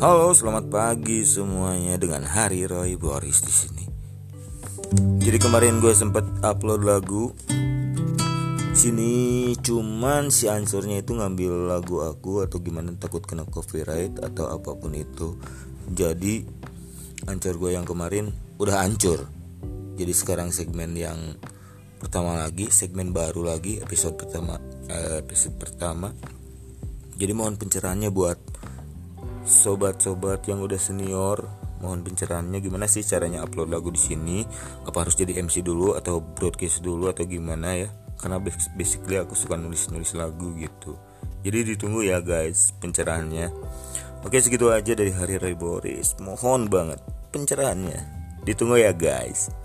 Halo, selamat pagi semuanya dengan Hari Roy Boris di sini. Jadi kemarin gue sempet upload lagu sini, cuman si Anchornya itu ngambil lagu aku atau gimana, takut kena copyright atau apapun itu. Jadi Anchor gue yang kemarin udah hancur. Jadi sekarang segmen yang pertama lagi, segmen baru lagi, episode pertama. Jadi mohon pencerahannya buat sobat-sobat yang udah senior, mohon pencerahannya gimana sih caranya upload lagu di sini? Apa harus jadi MC dulu atau broadcast dulu atau gimana ya? Karena basically aku suka nulis lagu gitu. Jadi ditunggu ya guys pencerahannya. Oke, segitu aja dari Hari Ray Boris. Mohon banget pencerahannya. Ditunggu ya guys.